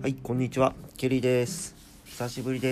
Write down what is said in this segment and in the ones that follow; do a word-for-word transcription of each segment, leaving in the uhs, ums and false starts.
はい、こんにちは。ケリーです。久しぶりです。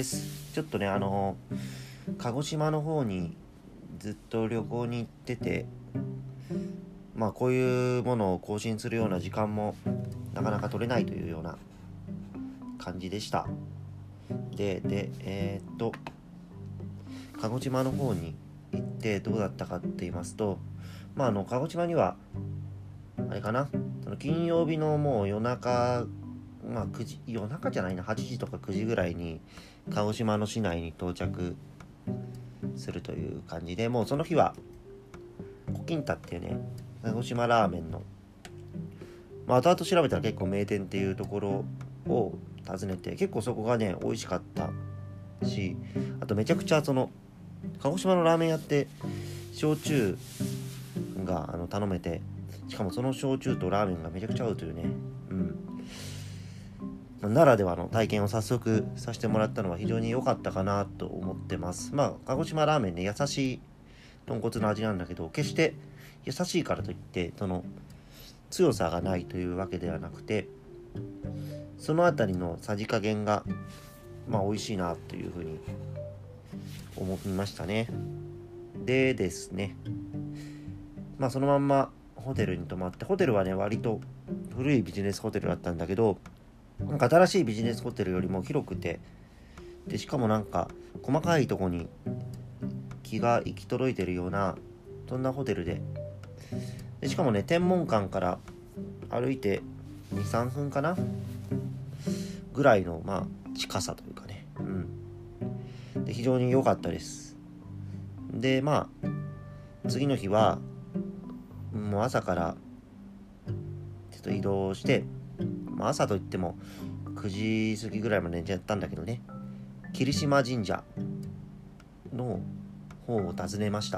ちょっとね、あの、鹿児島の方にずっと旅行に行ってて、まあこういうものを更新するような時間もなかなか取れないというような感じでした。で、で、えー、っと、鹿児島の方に行ってどうだったかって言いますと、まああの、鹿児島には、あれかな、その金曜日のもう夜中、まあくじ、夜中じゃないな、はちじとかくじぐらいに鹿児島の市内に到着するという感じで、もうその日はコキンタっていうね、鹿児島ラーメンの、まあ後々調べたら結構名店っていうところを訪ねて、結構そこがね美味しかったし、あとめちゃくちゃその鹿児島のラーメン屋って焼酎があの頼めて、しかもその焼酎とラーメンがめちゃくちゃ合うというね、うんならではの体験を早速させてもらったのは非常に良かったかなと思ってます。まあ鹿児島ラーメンね、優しい豚骨の味なんだけど、決して優しいからといってその強さがないというわけではなくて、そのあたりのさじ加減がまあ美味しいなというふうに思いましたね。でですね、まあそのまんまホテルに泊まって、ホテルはね割と古いビジネスホテルだったんだけど、なんか新しいビジネスホテルよりも広くて、でしかもなんか細かいとこに気が行き届いてるようなそんなホテルで、でしかもね天文館から歩いて に,さん 分かなぐらいのまあ近さというかね、うんで非常に良かったです。でまあ次の日はもう朝からちょっと移動して、まあ、朝といってもくじ過ぎぐらいまで寝ちゃったんだけどね、霧島神社の方を訪ねました。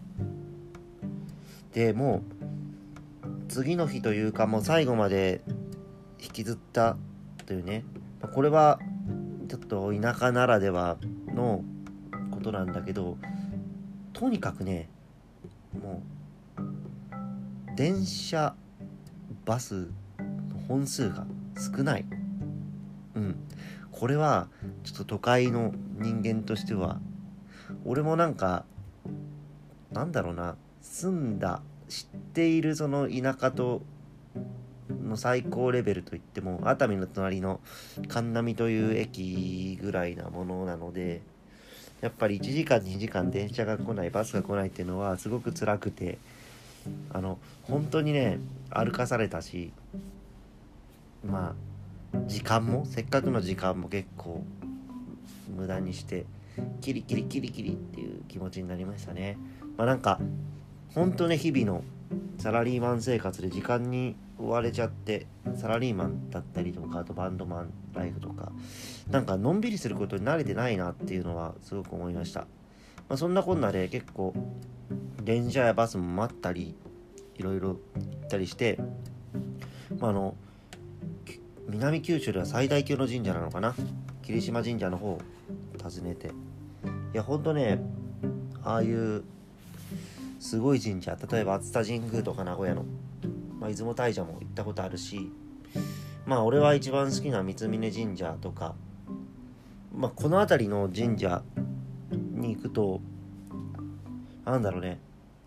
でもう次の日というかもう最後まで引きずったというね、これはちょっと田舎ならではのことなんだけど、とにかくねもう電車バスの本数が少ない。うんこれはちょっと都会の人間としては、俺もなんかなんだろうな、住んだ知っているその田舎との最高レベルといっても熱海の隣の神波という駅ぐらいなものなので、やっぱりいちじかんにじかん電車が来ない、バスが来ないっていうのはすごく辛くて、あの本当にね歩かされたし、まあ時間もせっかくの時間も結構無駄にしてキリキリキリキリっていう気持ちになりましたね。まあなんか本当ね日々のサラリーマン生活で時間に追われちゃって、サラリーマンだったりとか、あとバンドマンライフとか、なんかのんびりすることに慣れてないなっていうのはすごく思いました。まあ、そんなこんなで結構電車やバスも待ったりいろいろ行ったりして、まあ、あの南九州では最大級の神社なのかな、霧島神社の方を訪ねて、いやほんとねああいうすごい神社、例えば熱田神宮とか名古屋の、まあ、出雲大社も行ったことあるし、まあ俺は一番好きな三峯神社とか、まあこの辺りの神社に行くとなんだろうね、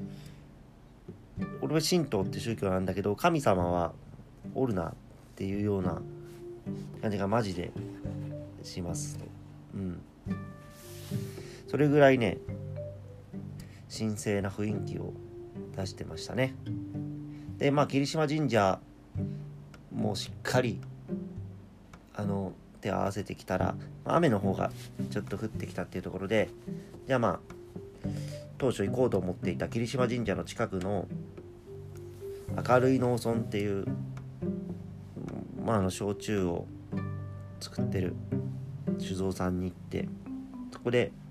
俺は神道って宗教なんだけど神様はおるなっていうような感じがマジでしますと、うんそれぐらいね神聖な雰囲気を出してましたね。でまあ霧島神社もうしっかりあの手を合わせてきたら、雨の方がちょっと降ってきたっていうところで、じゃあまあ当初行こうと思っていた霧島神社の近くの明るい農村っていう、まあ、あの焼酎を作ってる酒造さんに行って、そこで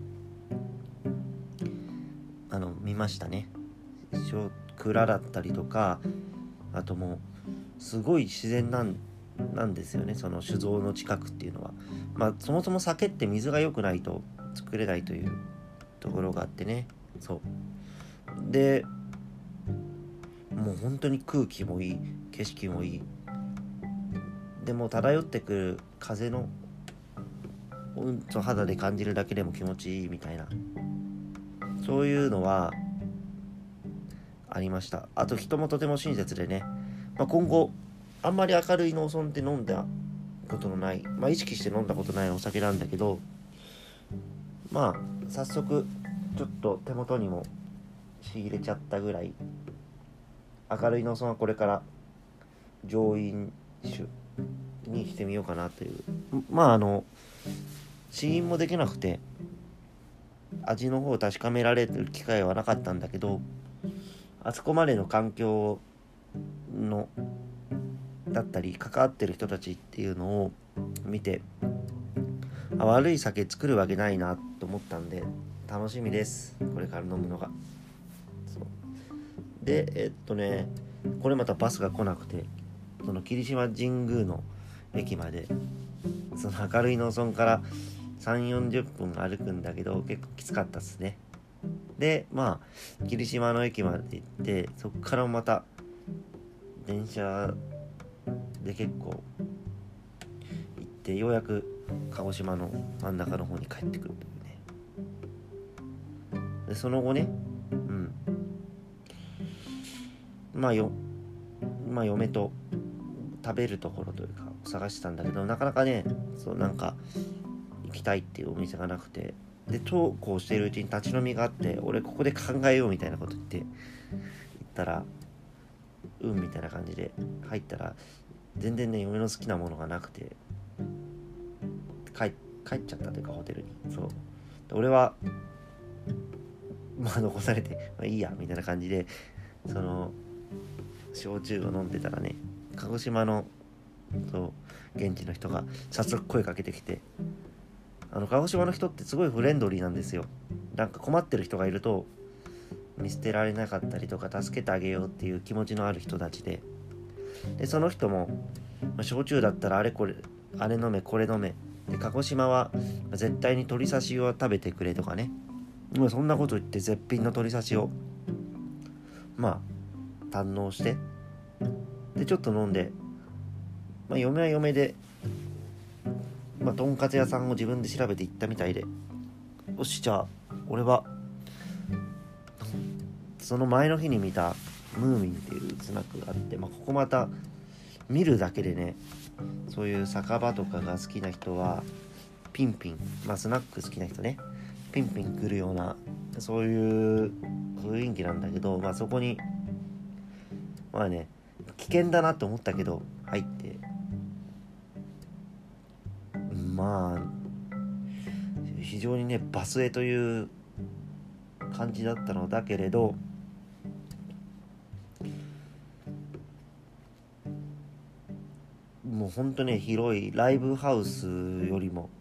あの見ましたね。蔵だったりとか、あともうすごい自然なんなんですよね、その酒造の近くっていうのは。まあそもそも酒って水が良くないと作れないというところがあってね、そうでもう本当に空気もいい、景色もいいでも漂ってくる風のうんと肌で感じるだけでも気持ちいいみたいな、そういうのはありました。あと人もとても親切でね、まあ、今後あんまり明るい農村って飲んだことのない、まあ、意識して飲んだことないお酒なんだけど、まあ早速ちょっと手元にも仕入れちゃったぐらい、明るい農村はこれから上飲酒にしてみようかなという。まああの試飲もできなくて味の方を確かめられる機会はなかったんだけど、あそこまでの環境のだったり関わってる人たちっていうのを見て、あ、悪い酒作るわけないなと思ったんで楽しみです、これから飲むのが。そうでえっとねこれまたバスが来なくて、その霧島神宮の駅まで、その明るい農村からさんじゅうよんじゅっぷん歩くんだけど結構きつかったっすね。でまあ霧島の駅まで行って、そこからまた電車で結構行って、ようやく鹿児島の真ん中の方に帰ってくるというね。でその後ね、うんまあよまあ嫁と食べるところというか探してたんだけど、なかなかね、そうなんか行きたいっていうお店がなくて、でそうこうしているうちに立ち飲みがあって、俺ここで考えようみたいなこと言って行ったら、うんみたいな感じで入ったら、全然ね嫁の好きなものがなくて、帰, 帰っちゃったというかホテルに。そうで俺はまあ残されて、まあ、いいやみたいな感じで、その焼酎を飲んでたらね、鹿児島のそう現地の人が早速声かけてきて、あの鹿児島の人ってすごいフレンドリーなんですよ。なんか困ってる人がいると見捨てられなかったりとか、助けてあげようっていう気持ちのある人たちで、でその人も、まあ、焼酎だったらあれこれあれ飲めこれ飲めで、鹿児島は絶対に鶏刺しを食べてくれとかね、もうそんなこと言って絶品の鶏刺しをまあ堪能して、でちょっと飲んで、まあ、嫁は嫁で、まあ、とんかつ屋さんを自分で調べて行ったみたいで、よしじゃあ俺はその前の日に見たムーミンっていうスナックがあって、まあ、ここまた見るだけでね、そういう酒場とかが好きな人はピンピン、まあスナック好きな人ね、ピンピン来るようなそういう雰囲気なんだけど、まあそこにまあね危険だなと思ったけど入って、まあ非常にねバスへという感じだったのだけれど、もうほんとね広いライブハウスよりも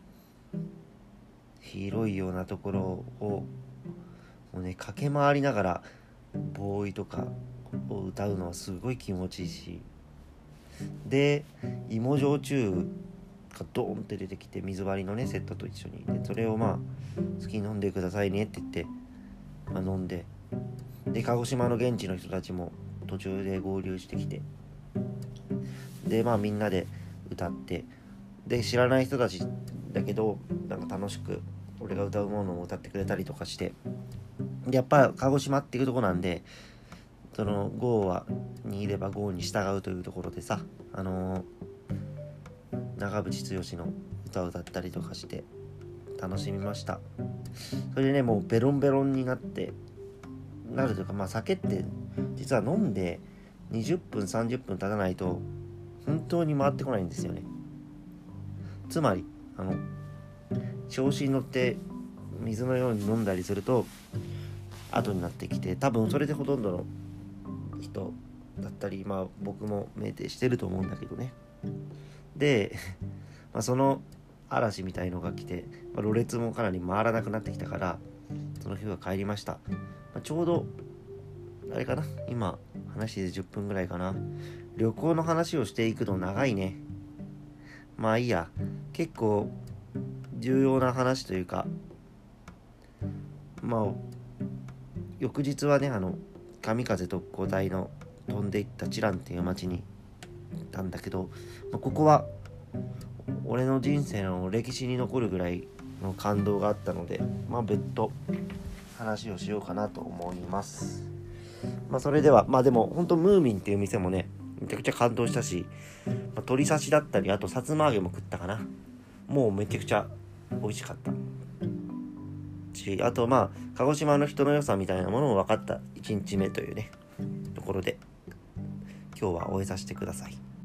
広いようなところをもうね駆け回りながらボーイとかを歌うのはすごい気持ちいいし、で芋焼酎がドーンって出てきて、水割りのねセットと一緒に、でそれをまあ好きに飲んでくださいねって言って、まあ、飲んで、で鹿児島の現地の人たちも途中で合流してきて、でまあみんなで歌って、で知らない人たちだけどなんか楽しく俺が歌うものを歌ってくれたりとかして、でやっぱ鹿児島っていうとこなんで、そのゴーはにいればゴーに従うというところでさ、あのー、長渕剛の歌を歌ったりとかして楽しみました。それでねもうベロンベロンになってなるというか、まあ酒って実は飲んでにじゅっぷんさんじゅっぷん経たないと本当に回ってこないんですよね。つまりあの調子に乗って水のように飲んだりすると後になってきて、多分それでほとんどの人だったり、まあ僕も酩酊してると思うんだけどね。で、まあ、その嵐みたいのが来て、まあ、ろれつもかなり回らなくなってきたから、その日は帰りました。まあ、ちょうどあれかな、今話してじゅっぷんぐらいかな。旅行の話をしていくの長いね。まあいいや、結構重要な話というか、まあ翌日はね、あの神風特攻隊の飛んでいったチランっていう町にたんだけど、まあ、ここは俺の人生の歴史に残るぐらいの感動があったので、まあ別途話をしようかなと思います。まあそれでは、まあでも本当ムーミンっていう店もね、めちゃくちゃ感動したし、まあ、鶏刺しだったり、あとさつま揚げも食ったかな。もうめちゃくちゃ美味しかったし、あとまあ鹿児島の人の良さみたいなものも分かったいちにちめというねところで、今日は終えさせてください。